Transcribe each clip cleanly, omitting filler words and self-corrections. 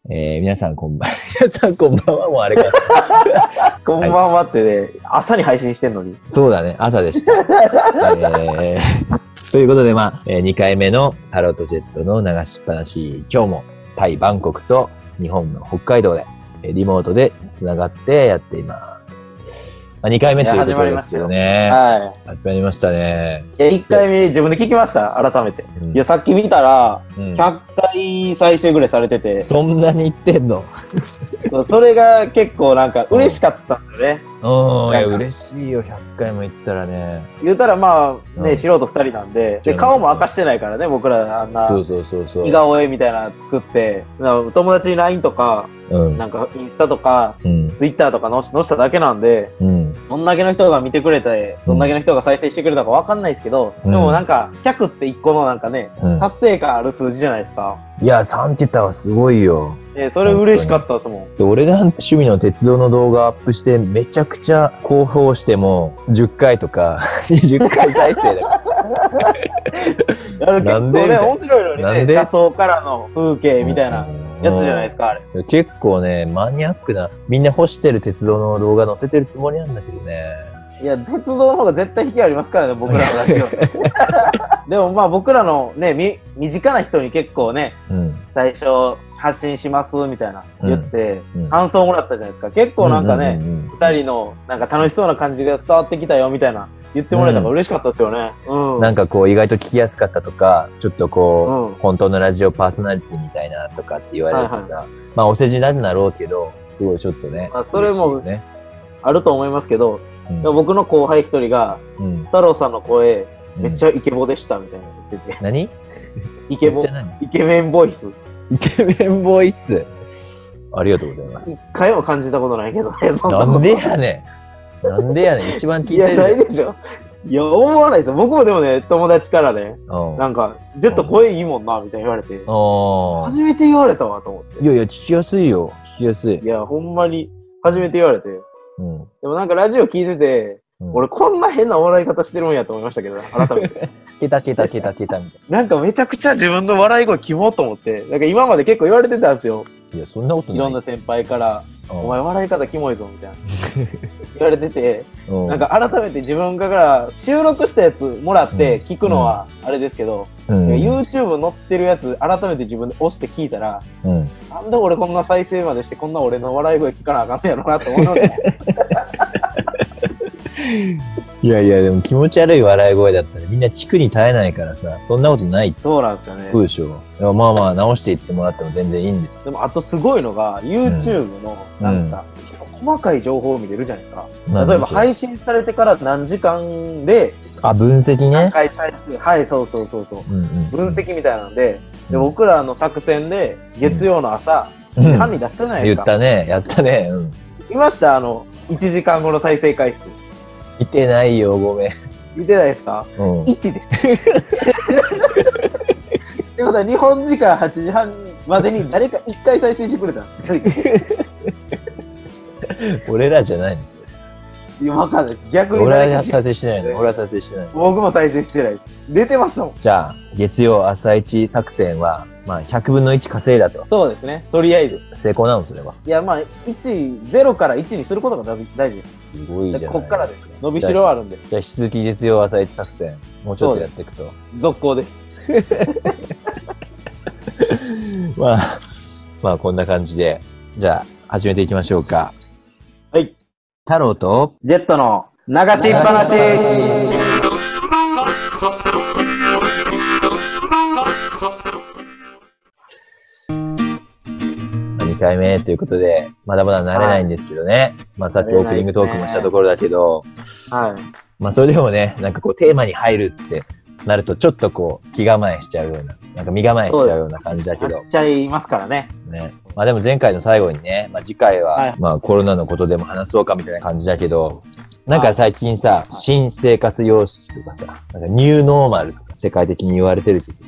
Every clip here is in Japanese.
皆さんこんばんは。皆さんこんばんはもうあれか。 こんばんはってね、朝に配信してんのに。 そうだね、朝でした。ということで、2回目のタロットジェットの流しっぱなし、今日もタイ・バンコクと日本の北海道でリモートでつながってやっています。2回目ということですけどね。 はい。 始まりましたね。 1回目自分で聞きました、改めて。いや、さっき見たら、100回再生ぐらいされてて。 そんなに言ってんの？ それが結構なんか嬉しかったんですよね。 いや、嬉しいよ、100回も言ったらね。 言うたらまあね、素人2人なんで、顔も明かしてないからね、僕らあんな似顔絵みたいなの作って、友達に LINE とか、なんかインスタとか、Twitter とか載しただけなんで、どんだけの人が見てくれて、どんだけの人が再生してくれたかわかんないですけど、でもなんか100って1個のなんかね、達成感ある数字じゃないですか。 いや、3桁はすごいよ。 それ嬉しかったですもん。 俺が趣味の鉄道の動画アップしてめちゃくちゃ高評しても10回とか20回再生だから。 結構ね、面白いのにね、車窓からの風景みたいなやつじゃないですか、あれ。 結構ね、マニアックな、みんな欲してる鉄道の動画載せてるつもりなんだけどね。 いや、鉄道の方が絶対引きありますからね、僕らのラジオ。でもまあ僕らのね、身近な人に結構ね、最初発信しますみたいな言って、感想もらったじゃないですか。結構なんかね、二人のなんか楽しそうな感じが伝わってきたよみたいな言ってもらえたから嬉しかったですよね。 なんかこう意外と聞きやすかったとか、ちょっとこう、本当のラジオパーソナリティみたいなとかって言われるとさ、まあお世辞なんだろうけど、すごいちょっとね。 それもあると思いますけど、僕の後輩一人が、太郎さんの声、めっちゃイケボでしたみたいな言ってて。 何？ イケボ。イケメンボイス。 イケメンボイス。ありがとうございます。 一回も感じたことないけどね、 そんなこと。なんでやねん。なんでやねん。一番聞いてる。 いや、ないでしょ。いや、思わないですよ。僕もでもね、友達からね、なんか、ジェット声いいもんな、みたいに言われて。初めて言われたわ、と思って。 いやいや、聞きやすいよ。聞きやすい。 いや、ほんまに、初めて言われて。でもなんかラジオ聞いてて、俺こんな変な笑い方してるんやと思いましたけど、改めて。 ケタケタケタケタみたいな。なんかめちゃくちゃ自分の笑い声キモと思って、なんか今まで結構言われてたんですよ。 いや、そんなことない。 いろんな先輩から、お前笑い方キモいぞ、みたいな。言われてて、なんか改めて自分から収録したやつもらって聞くのはあれですけど、YouTube 載ってるやつ改めて自分で押して聞いたら、なんで俺こんな再生までしてこんな俺の笑い声聞かなあかんねやろなって思いますね。 いやいや、でも気持ち悪い笑い声だったらみんな聞くに耐えないからさ、そんなことない。 そうなんですかね。 そうでしょ。まあまあ直していってもらっても全然いいんです。 でもあとすごいのが YouTube のなんか、細かい情報を見れるじゃないですか。例えば配信されてから何時間で、 分析ね。 何回再生。はい、そうそうそうそう。分析みたいなんで、僕らの作戦で月曜の朝、7時半に出したじゃないですか。 言ったね、やったね。 見ました1時間後の再生回数。 見てないよ、ごめん。 見てないですか？1です。ってことは日本時間8時半までに誰か1回再生してくれた。 俺らじゃないんですよ。 いや、わかんないです。逆に俺は再生してないの。俺は再生してない。 僕も再生してないです。出てましたもん。 じゃあ、月曜朝一作戦は、まあ、100分の1稼いだと。 そうですね。とりあえず。 成功なの、それは。 いや、まあ、0から1にすることが大事です。 すごいじゃないですか。 こっからです。伸びしろはあるんで。 じゃあ、引き続き月曜朝一作戦、もうちょっとやっていくと。 続行です。 まあ、こんな感じで、じゃあ、始めていきましょうか。 はい。 太郎とジェットの流しっぱなし。 2回目ということで、まだまだ慣れないんですけどね。まあさっきオープニングトークもしたところだけど、まあそれでもね、なんかこうテーマに入るってなるとちょっとこう気構えしちゃうような、なんか身構えしちゃうような感じだけど。 やっちゃいますからね。 まあでも前回の最後にね、まあ次回はまあコロナのことでも話そうかみたいな感じだけど、なんか最近さ、新生活様式とかさ、なんかニューノーマルとか世界的に言われてるけどさ、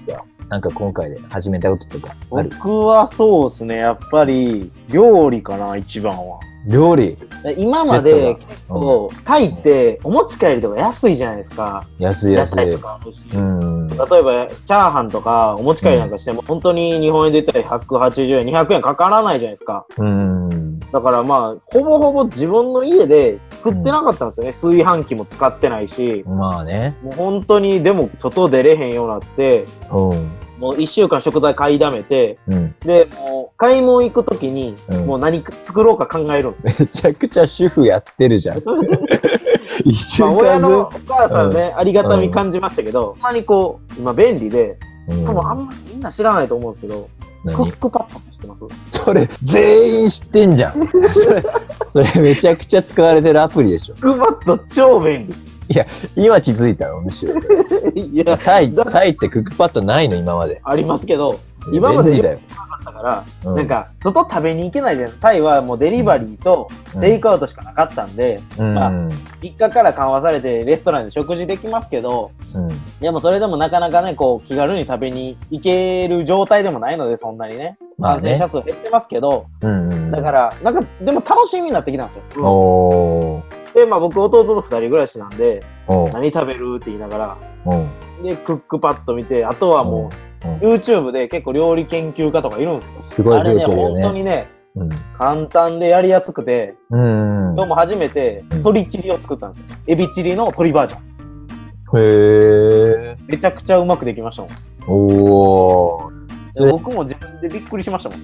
なんか今回で始めたこととかある？ 僕はそうですね、やっぱり料理かな、一番は。 料理？ 今まで結構、タイってお持ち帰りとか安いじゃないですか。 安い安い。 例えば、チャーハンとかお持ち帰りなんかしても、本当に日本円で言ったら180円、200円かからないじゃないですか。だからまあ、ほぼほぼ自分の家で作ってなかったんですよね。炊飯器も使ってないし。 まあね。 もう本当に、でも外出れへんようになって、もう1週間食材買いだめて、で、もう買い物行くときに、もう何作ろうか考えるんです。 めちゃくちゃ主婦やってるじゃん。一週間分。 親のお母さんね、ありがたみ感じましたけど、ほんまにこう、今便利で、多分あんまりみんな知らないと思うんですけど、クックパッドって知ってます？ それ、全員知ってんじゃん。それめちゃくちゃ使われてるアプリでしょ。 クックパッド超便利。 いや、今気づいたの、むしろ。いや、タイってクックパッドないの、今まで。 ありますけど、今までなかったから、なんか、外食べに行けないじゃん。タイはもうデリバリーとテイクアウトしかなかったんで、まあ、3日から緩和されてレストランで食事できますけど、でもそれでもなかなかね、こう、気軽に食べに行ける状態でもないので、そんなにね。感染者数減ってますけど、だから、なんか、でも楽しみになってきたんですよ。で、まあ僕、弟と2人暮らしなんで、何食べるって言いながら、で、クックパッド見て、あとはもう、YouTube で結構料理研究家とかいるんですよ。 すごい増えてるよね。 本当にね、簡単でやりやすくて、今日も初めて鶏チリを作ったんですよ。エビチリの鶏バージョン。めちゃくちゃうまくできましたもん。僕も自分でびっくりしましたもん。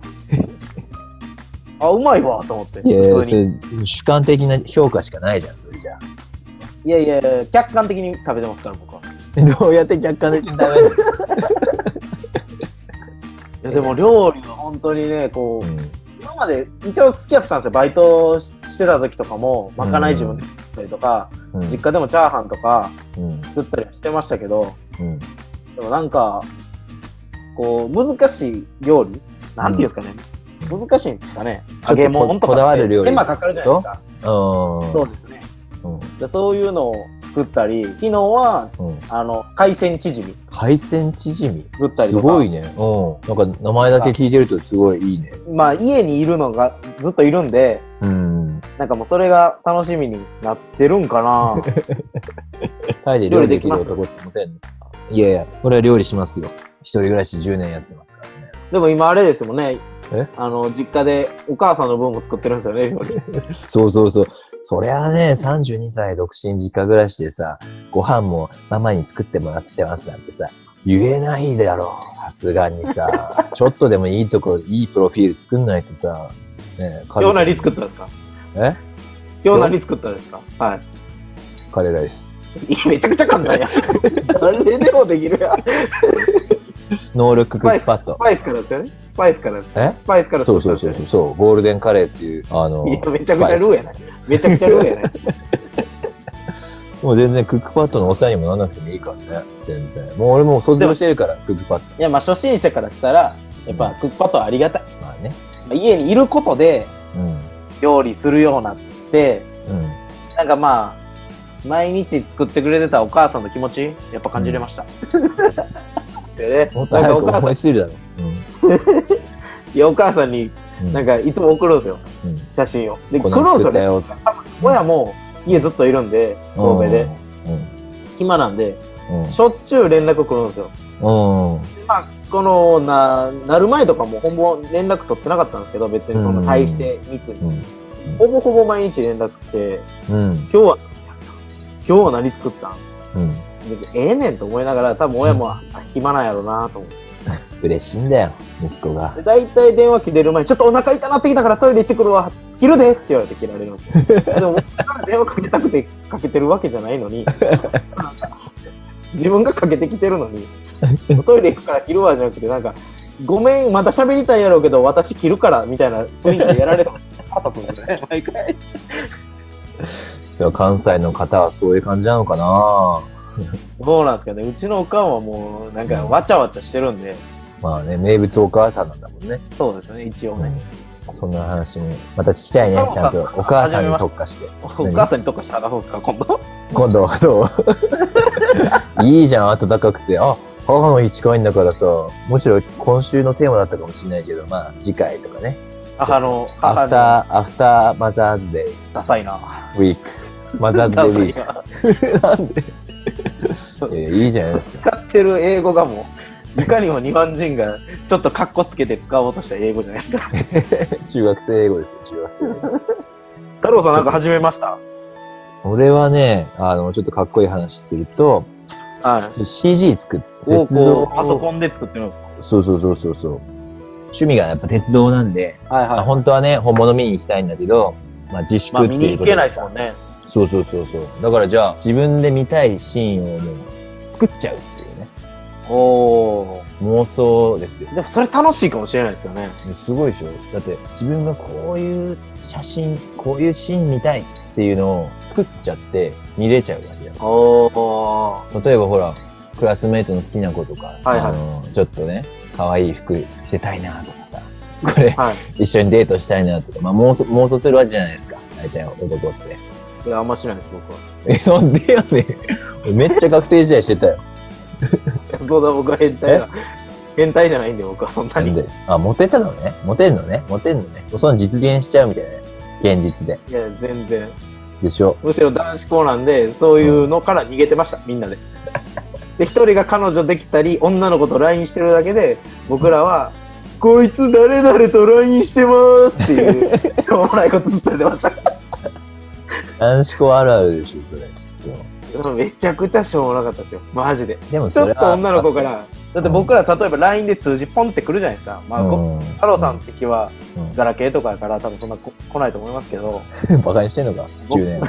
あ、うまいわと思って。 いや、主観的な評価しかないじゃん、それじゃあ。 いやいや、客観的に食べてますから、僕は。 どうやって客観的に食べるの？いや、でも料理は本当にね、こう、今まで一応好きやったんですよ。バイトしてた時とかも、まかない自分で作ったりとか、実家でもチャーハンとか作ったりしてましたけど、でもなんか、こう、難しい料理なんていうんですかね。難しいんですかね。揚げ物とか。こだわる料理。手間かかるじゃないですか。そうですね。でそういうのを作ったり、昨日は、海鮮チヂミ。 海鮮チヂミ作ったりとか。 すごいね。なんか名前だけ聞いてるとすごいいいね。 まあ家にいるのがずっといるんで、なんかもうそれが楽しみになってるんかな。 タイで料理できる男って思ってんの？いやいや、これは料理しますよ。一人暮らし10年やってますからね。 でも今あれですもんね。実家でお母さんの分も作ってるんですよね、料理。 そうそうそう。そりゃあね、32歳独身実家暮らしでさ、ご飯もママに作ってもらってますなんてさ、言えないだろう。さすがにさ。ちょっとでもいいところ、いいプロフィール作んないとさ。 ね、今日何作ったんですか？今日何作ったんですか？はい。 カレーライス。 めちゃくちゃ簡単や。誰でもできるやん。 ノールッククックパッド。 スパイスからですよね。スパイスからです。スパイスからそうそうそうそう。ゴールデンカレーっていう、 いや、めちゃくちゃルーやない。めちゃくちゃルーやない。 もう全然クックパッドのお世話にもならなくてもいいからね。全然。もう俺も卒業してるから、クックパッド。 いや、まあ初心者からしたら、やっぱクックパッドはありがたい。 まあね。 家にいることで、料理するようになって、なんかまあ、毎日作ってくれてたお母さんの気持ち、やっぱ感じれました。 もっと早く思いついるだろ。 いや、お母さんに、なんかいつも送るんですよ。写真を。で、来るんですよね。親も家ずっといるんで、神戸で。暇なんで、しょっちゅう連絡来るんですよ。まあ、この、なる前とかもほぼ連絡取ってなかったんですけど、別にそんな大して密に。ほぼほぼ毎日連絡来て、今日は何作ったん？別にええねんと思いながら、多分親も暇なんやろうなと思って。 嬉しいんだよ、息子が。 だいたい電話切れる前に、ちょっとお腹痛なってきたからトイレ行ってくるわ、切るでって言われて切られるんですよ。でも、僕から電話かけたくてかけてるわけじゃないのに、自分がかけてきてるのに、トイレ行くから切るわじゃなくて、なんか、ごめん、また喋りたいやろうけど、私切るからみたいな雰囲気でやられたパくんですね、毎回。 関西の方はそういう感じなのかな。 そうなんですかね。うちのおかんはもうなんかわちゃわちゃしてるんで。 まあね、名物お母さんなんだもんね。 そうですね、一応ね。 そんな話もまた聞きたいね、ちゃんとお母さんに特化して。 お母さんに特化して話そうですか、今度。 今度はそう。いいじゃん、暖かくて。あ、 母の日近いんだからさ、むしろ今週のテーマだったかもしれないけど、まあ次回とかね。アフターマザーズデー。 ダサいな。 ウィーク。マザーズデーウィーク。なんでいいじゃないですか。 使ってる英語がもう、いかにも日本人がちょっとカッコつけて使おうとした英語じゃないですか。 中学生英語ですよ、中学生英語。 太郎さんなんか始めました？ 俺はね、ちょっとかっこいい話すると、CG 作って、 鉄道パソコンで作ってるんですか？ そう。趣味がやっぱ鉄道なんで、本当はね、本物見に行きたいんだけど、まあ自粛っていうことで。 見に行けないですもんね。 そう。だからじゃあ、自分で見たいシーンをもう作っちゃうっていうね。妄想ですよ。 でもそれ楽しいかもしれないですよね。 すごいでしょ。だって自分がこういう写真、こういうシーン見たいっていうのを作っちゃって見れちゃうわけだ。例えばほら、クラスメイトの好きな子とか、ちょっとね、可愛い服着せたいなとかさ、これ、一緒にデートしたいなとか、まあ妄想するわけじゃないですか、大体男って。 いや、あんましないです、僕は。なんでやねん。めっちゃ学生時代してたよ。 そうだ、僕は変態じゃないんで、僕はそんなに。 モテたのね。モテんのね。その実現しちゃうみたいなね。現実で。 いや、全然。 でしょ。 むしろ男子校なんで、そういうのから逃げてました、みんなで。で、一人が彼女できたり、女の子と LINE してるだけで、僕らは、こいつ誰々と LINE してますっていう、しょうもないことずっと言ってました。 男子校あるあるでしょ、それ。 めちゃくちゃしょうもなかったですよ、マジで。 でもちょっと女の子から、だって僕ら例えば LINE で数字ポンってくるじゃないですか。まあ、太郎さん的はガラケーとかやから多分そんな来ないと思いますけど。 バカにしてんのか、10年。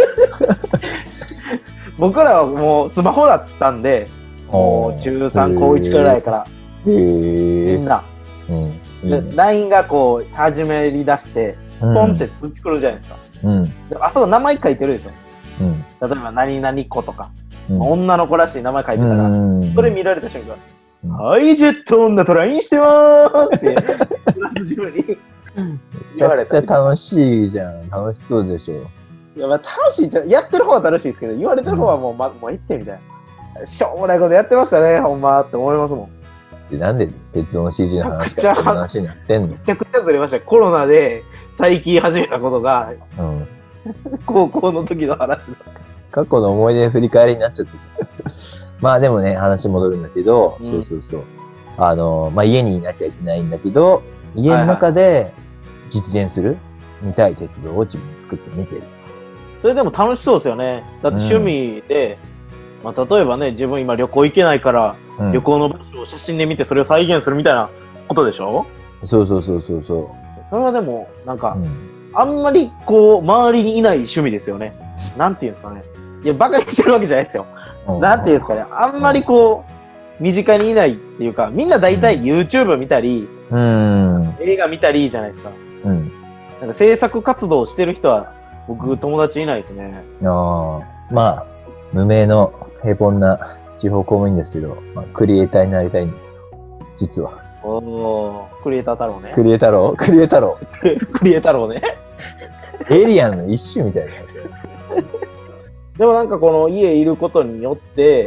僕らはもうスマホだったんで、もう中3、高1くらいから、みんな。LINE がこう始めり出して、ポンって通知来るじゃないですか。あそこ名前書いてるでしょ。例えば何々子とか、女の子らしい名前書いてたら、それ見られた瞬間、ハイジェット女と LINE してまーすって、クラス中に言われた。めっちゃ楽しいじゃん。楽しそうでしょ。 いや、まあ楽しいじゃん。やってる方は楽しいですけど、言われてる方はもうえってみたいな。しょうもないことやってましたね、ほんまって思いますもん。 なんで鉄道の CG の話からこの話になってんの？ めちゃくちゃずれました。コロナで最近始めたことが、高校の時の話だ。 過去の思い出振り返りになっちゃってしまう。まあでもね、話戻るんだけど、そう。まあ家にいなきゃいけないんだけど、家の中で実現する見たい鉄道を自分で作ってみてる。 それでも楽しそうですよね。だって趣味で、まあ例えばね、自分今旅行行けないから、旅行の場所を写真で見てそれを再現するみたいなことでしょ？ そう。 それはでも、なんか、あんまりこう、周りにいない趣味ですよね。なんていうんですかね。いや、バカにしてるわけじゃないですよ。なんていうんですかね。あんまりこう、身近にいないっていうか、みんな大体 YouTube 見たり、映画見たりじゃないですか。なんか制作活動をしてる人は、僕、友達いないですね。 まあ、無名の平凡な地方公務員ですけど、まあ、クリエイターになりたいんですよ。実は。 クリエイター太郎ね。 クリエイターね。 エイリアンの一種みたいなやつ。でもなんかこの家いることによって、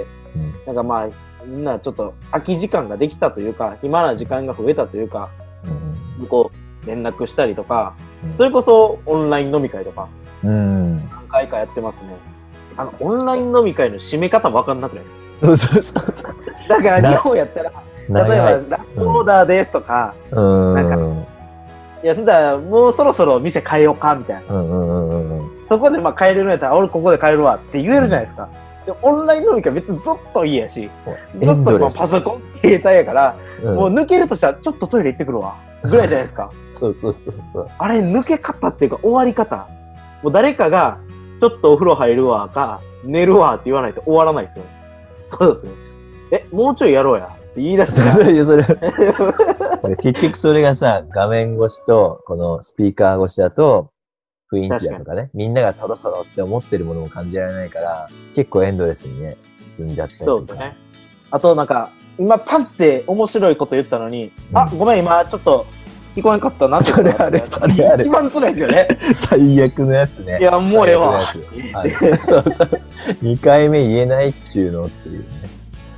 なんかまあ、みんなちょっと空き時間ができたというか、暇な時間が増えたというか、こう、連絡したりとか、それこそオンライン飲み会とか、何回かやってますね。オンライン飲み会の締め方わかんなくないですか？そう。だから日本やったら、例えば、ラストオーダーですとか、なんか、いや、だもうそろそろ店変えようか、みたいな。そこでまあ変えれるんやったら、俺ここで変えるわって言えるじゃないですか。でオンライン飲み会別にずっと家やし、ずっとパソコン、携帯やから、もう抜けるとしたら、ちょっとトイレ行ってくるわ、ぐらいじゃないですか。 そう。 あれ、抜け方っていうか、終わり方。もう誰かが、ちょっとお風呂入るわか、寝るわって言わないと終わらないですよ。そうですね。もうちょいやろうや。って言い出したら。結局それがさ、画面越しと、このスピーカー越しだと、雰囲気だとかね、みんながそろそろって思ってるものも感じられないから、結構エンドレスにね、進んじゃったりとか。 そうですね。あとなんか、今パンって面白いこと言ったのに、ごめん、今ちょっと聞こえんかったなって。 それあれ。 一番辛いですよね。 最悪のやつね。 いや、もうええわ。 そう。2回目言えないっちゅうのっていうね。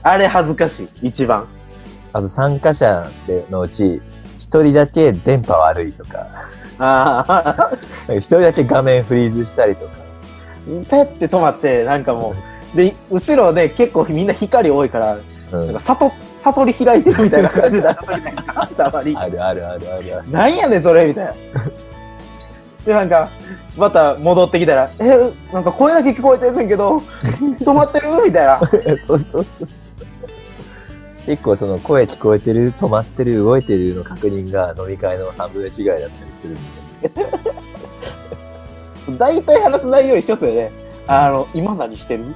あれ恥ずかしい、一番。 あと参加者のうち、一人だけ電波悪いとか。一人だけ画面フリーズしたりとか。 ペッて止まって、なんかもう、で、後ろで結構みんな光多いから、なんか悟り開いてるみたいな感じだったじゃないですか、たまに。 ある。 なんやねん、それみたいな。で、なんか、また戻ってきたら、なんか声だけ聞こえてんねんけど、止まってるみたいな。 そう。結構その声聞こえてる、止まってる、動いてるの確認が飲み会の3分の1ぐらいだったりするんで。大体話す内容一緒っすよね。今何してる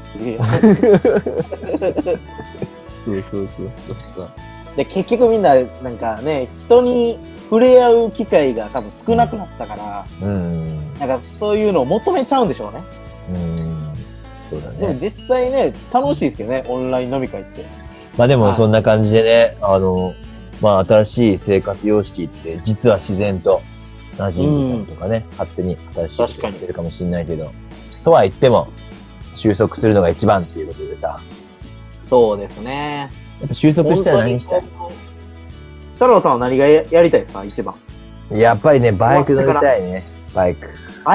そう。で、結局みんな、なんかね、人に触れ合う機会が多分少なくなったから、なんかそういうのを求めちゃうんでしょうね。 そうだね。 でも実際ね、楽しいですけどね、オンライン飲み会って。 まあでもそんな感じでね、まあ新しい生活様式って実は自然と馴染んでたりとかね、勝手に新しいことやってるかもしれないけど、とは言っても収束するのが一番っていうことでさ。 そうですね。 やっぱ収束したら何したい？ 太郎さんは何がやりたいですか、一番。 やっぱりね、バイク乗りたいね。バイク。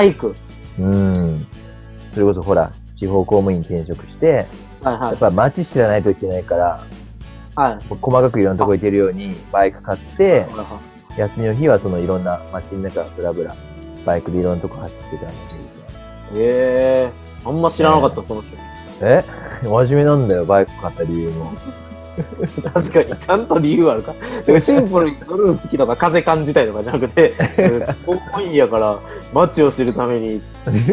それこそほら、地方公務員転職して、やっぱ街知らないといけないから、細かくいろんなとこ行けるようにバイク買って、休みの日はそのいろんな街の中ブラブラ、バイクでいろんなとこ走ってたんだけど。あんま知らなかった、その人。 真面目なんだよ、バイク買った理由も。 確かに、ちゃんと理由あるか。でもシンプルに乗るの好きとか風感じたいとかじゃなくて、公務員やから街を知るために。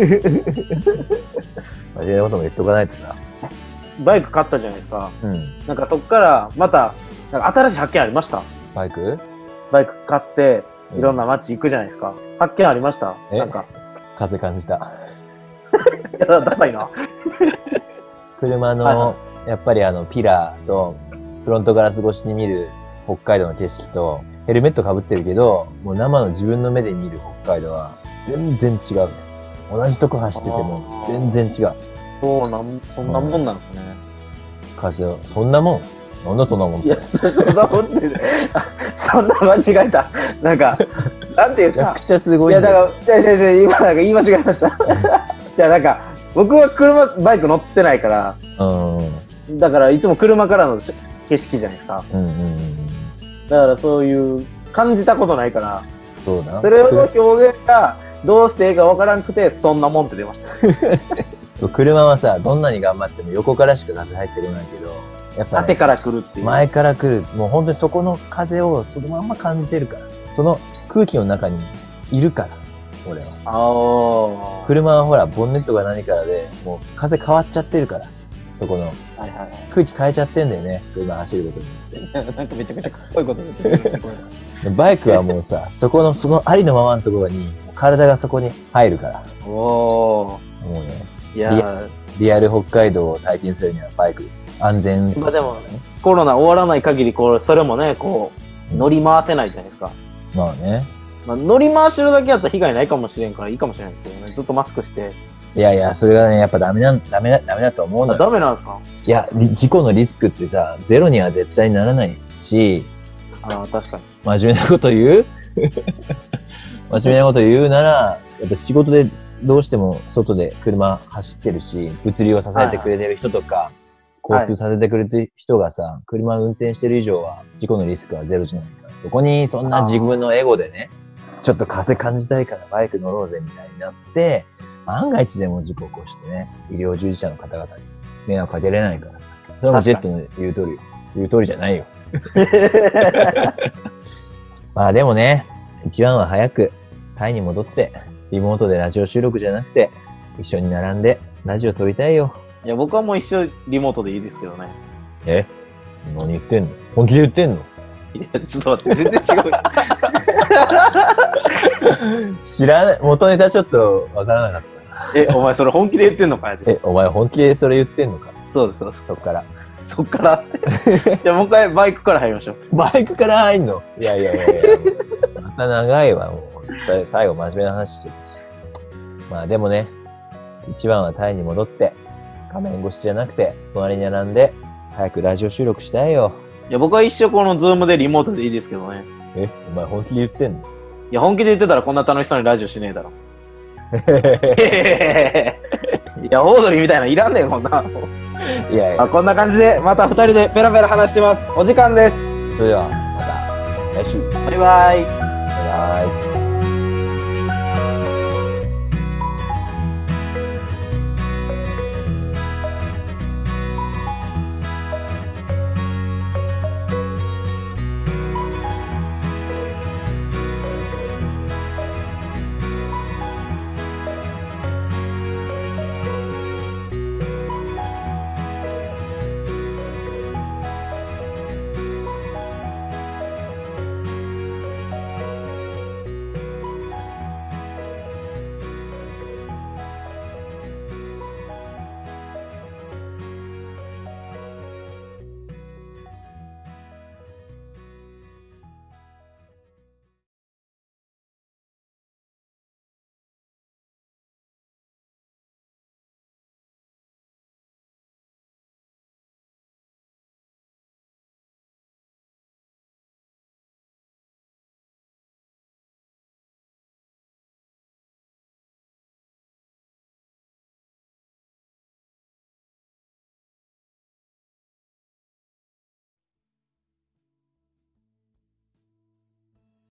真面目なことも言っとかないとさ。 バイク買ったじゃないですか。なんかそっからまた、なんか新しい発見ありました？ バイク買って、いろんな街行くじゃないですか。発見ありました？なんか。 風感じた。 いや、ダサいな。 車の、やっぱりピラーと、フロントガラス越しに見る北海道の景色と、ヘルメット被ってるけど、もう生の自分の目で見る北海道は全然違うね。同じとこ走ってても全然違う。そんなもんなんですね。 風を、そんなもんなんだそんなもんって。 いや、そんなもんって、そんな間違えた。なんか、なんていうんですか。 めちゃくちゃすごい。 いや、だから、今なんか言い間違えました。じゃあなんか、僕はバイク乗ってないから、だからいつも車からの景色じゃないですか。だからそういう感じたことないから、それの表現がどうしていいかわからんくて、そんなもんって出ました。 車はさ、どんなに頑張っても横からしか風入ってこないけど、やっぱ、 縦から来るっていう。 前から来る。もう本当にそこの風をそのまんま感じてるから。その空気の中にいるから、俺は。車はほら、ボンネットが何からで、もう風変わっちゃってるから。そこの。空気変えちゃってんだよね。車走ることによって。 なんかめちゃくちゃかっこいいこと言ってる。 バイクはもうさ、そのありのままのところに、体がそこに入るから。もうね。いやリアル北海道を体験するにはバイクですよ。安全。 まあでも、コロナ終わらない限り、それもね、乗り回せないじゃないですか。 まあね。 乗り回してるだけだったら被害ないかもしれんからいいかもしれないですけどね。ずっとマスクして。 いや、それがね、やっぱダメだと思うのよ。 ダメなんですか？ いや、事故のリスクってさ、ゼロには絶対にならないし。 確かに。 真面目なこと言う真面目なこと言うなら、やっぱ仕事でどうしても外で車走ってるし、物流を支えてくれてる人とか、交通させてくれてる人がさ、車運転してる以上は事故のリスクはゼロじゃないから。そこにそんな自分のエゴでね、ちょっと風感じたいからバイク乗ろうぜみたいになって、万が一でも事故を起こしてね、医療従事者の方々に迷惑かけれないからさ。それもジェットの言う通りじゃないよ。まあでもね、一番は早くタイに戻って、リモートでラジオ収録じゃなくて、一緒に並んでラジオ撮りたいよ。 いや、僕はもう一緒リモートでいいですけどね。 何言ってんの？本気で言ってんの？ いや、ちょっと待って、全然違う。知らない。元ネタちょっとわからなかった。お前それ本気で言ってんのか？ お前本気でそれ言ってんのか？ そうです。 そっから。 じゃあもう一回バイクから入りましょう。 バイクから入んの？いや。また長いわ、もう。最後真面目な話してるし。まあでもね、一番はタイに戻って、画面越しじゃなくて、隣に並んで早くラジオ収録したいよ。 いや、僕は一生このズームでリモートでいいですけどね。 お前本気で言ってんの？ いや、本気で言ってたらこんな楽しそうにラジオしねえだろ。いや、オードリーみたいなのいらんねえこんな。いやいや。こんな感じで、また2人でペラペラ話してます。お時間です。 それでは、また来週。 バイバイ。 バイバイ。